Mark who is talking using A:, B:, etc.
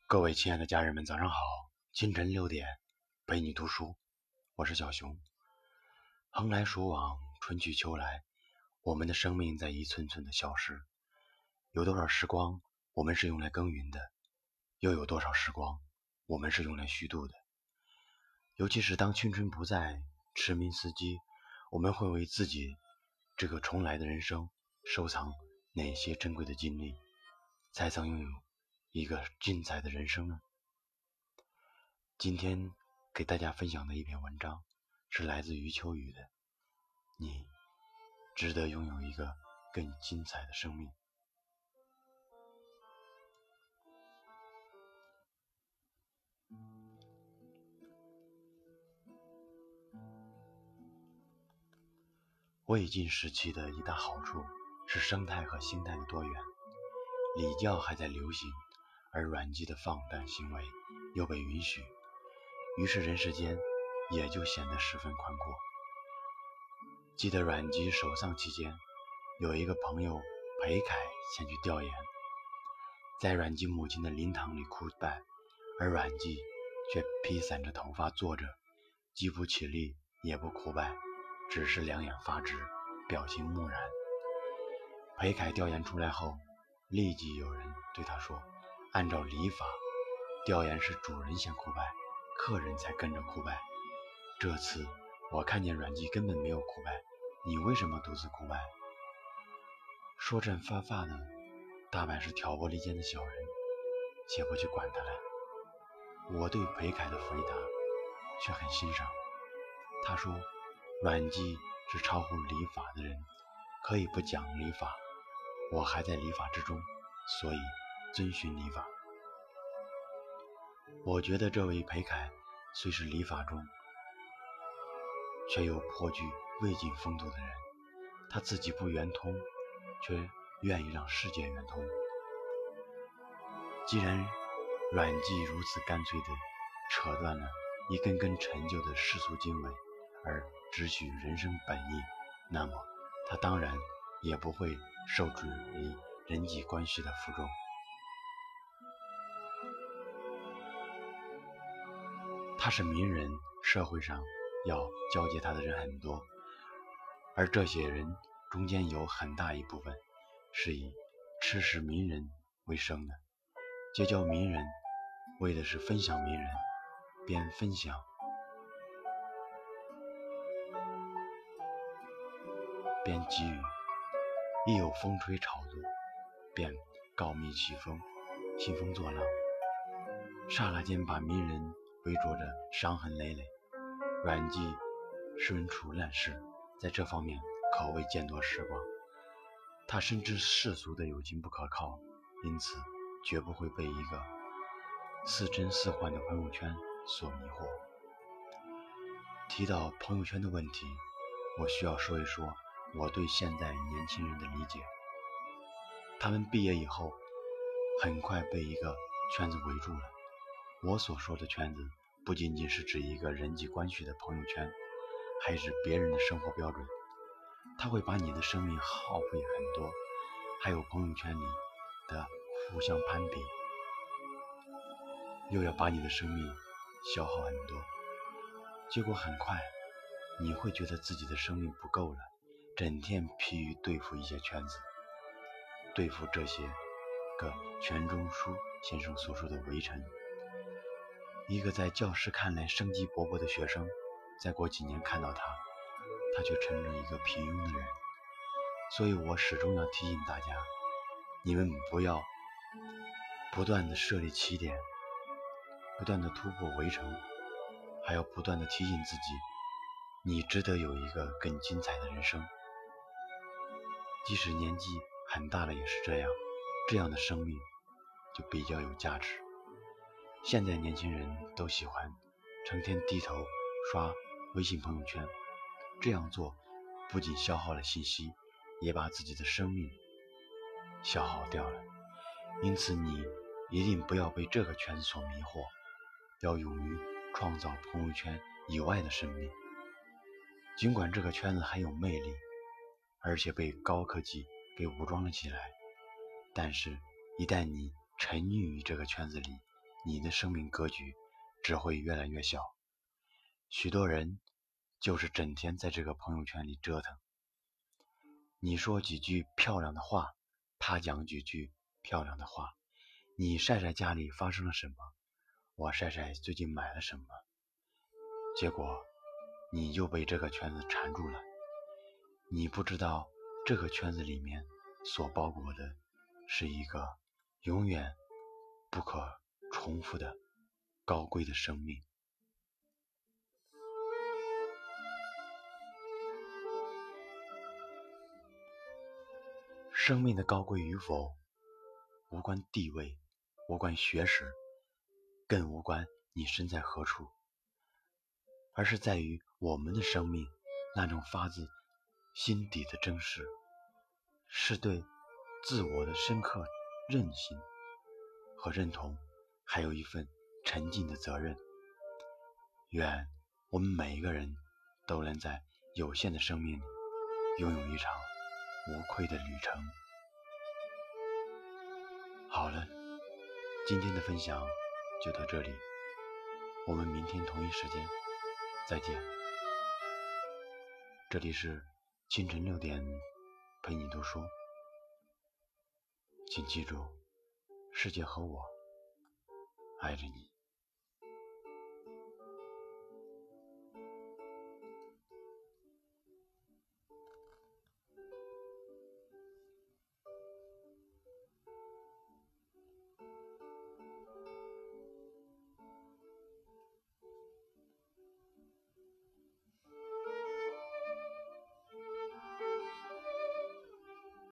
A: 各位亲爱的家人们，早上好！清晨6点，陪你读书，我是小熊。横来竖往，春去秋来，我们的生命在一寸寸的消失。有多少时光我们是用来耕耘的，又有多少时光我们是用来虚度的。尤其是当青春不再，驰名司机，我们会为自己这个重来的人生收藏哪些珍贵的经历，才曾拥有一个精彩的人生呢？今天给大家分享的一篇文章是来自余秋雨的《你值得拥有一个更精彩的生命》。魏晋时期的一大好处是生态和心态的多元，礼教还在流行，而阮籍的放荡行为又被允许，于是人世间也就显得十分宽阔。记得阮籍守丧期间，有一个朋友裴楷前去吊唁，在阮籍母亲的灵堂里哭拜，而阮籍却披散着头发坐着，既不起立也不哭拜，只是两眼发直，表情木然。裴楷吊唁出来后，立即有人对他说，按照礼法，吊唁是主人先哭拜，客人才跟着哭拜。这次我看见阮籍根本没有哭拜，你为什么独自哭拜？说这发发的大半是挑拨离间的小人，且不去管他了。我对裴楷的回答却很欣赏，他说阮籍是超乎礼法的人，可以不讲礼法，我还在礼法之中，所以遵循礼法。我觉得这位裴楷虽是礼法中却又颇具魏晋风度的人，他自己不圆通，却愿意让世界圆通。既然阮籍如此干脆地扯断了一根根陈旧的世俗经纬，而只许人生本意，那么他当然也不会受制于人际关系的负重。他是名人，社会上要交接他的人很多，而这些人中间有很大一部分是以吃食名人为生的。结交名人为的是分享名人，边分享边给予，一有风吹草动便告密起风，兴风作浪，刹那间把名人围着着伤痕累累。阮籍身处烂世，在这方面可谓见多识广。他深知世俗的友情不可靠，因此绝不会被一个似真似幻的朋友圈所迷惑。提到朋友圈的问题，我需要说一说我对现在年轻人的理解。他们毕业以后很快被一个圈子围住了。我所说的圈子不仅仅是指一个人际关系的朋友圈，还是别人的生活标准。他会把你的生命耗费很多，还有朋友圈里的互相攀比，又要把你的生命消耗很多。结果很快你会觉得自己的生命不够了，整天疲于对付一些圈子，对付这些个钱钟书先生所说的围城。一个在教室看来生机勃勃的学生，再过几年看到他却成了一个平庸的人。所以我始终要提醒大家，你们不要不断的设立起点，不断的突破围城，还要不断的提醒自己，你值得有一个更精彩的人生。即使年纪很大了也是这样，这样的生命就比较有价值。现在年轻人都喜欢成天低头刷微信朋友圈，这样做不仅消耗了信息，也把自己的生命消耗掉了。因此你一定不要被这个圈子所迷惑，要勇于创造朋友圈以外的生命。尽管这个圈子很有魅力，而且被高科技给武装了起来，但是一旦你沉溺于这个圈子里， 你的生命格局只会越来越小。许多人就是整天在这个朋友圈里折腾，你说几句漂亮的话，他讲几句漂亮的话，你晒晒家里发生了什么，我晒晒最近买了什么，结果你就被这个圈子缠住了。你不知道这个圈子里面所包裹的是一个永远不可重复的高贵的生命。生命的高贵与否无关地位，无关学识，更无关你身在何处，而是在于我们的生命那种发自心底的真实，是对自我的深刻认信和认同，还有一份沉静的责任。愿我们每一个人都能在有限的生命里拥有一场无愧的旅程。好了，今天的分享就到这里，我们明天同一时间再见。这里是清晨6点陪你读书，请记住，世界和我爱着你。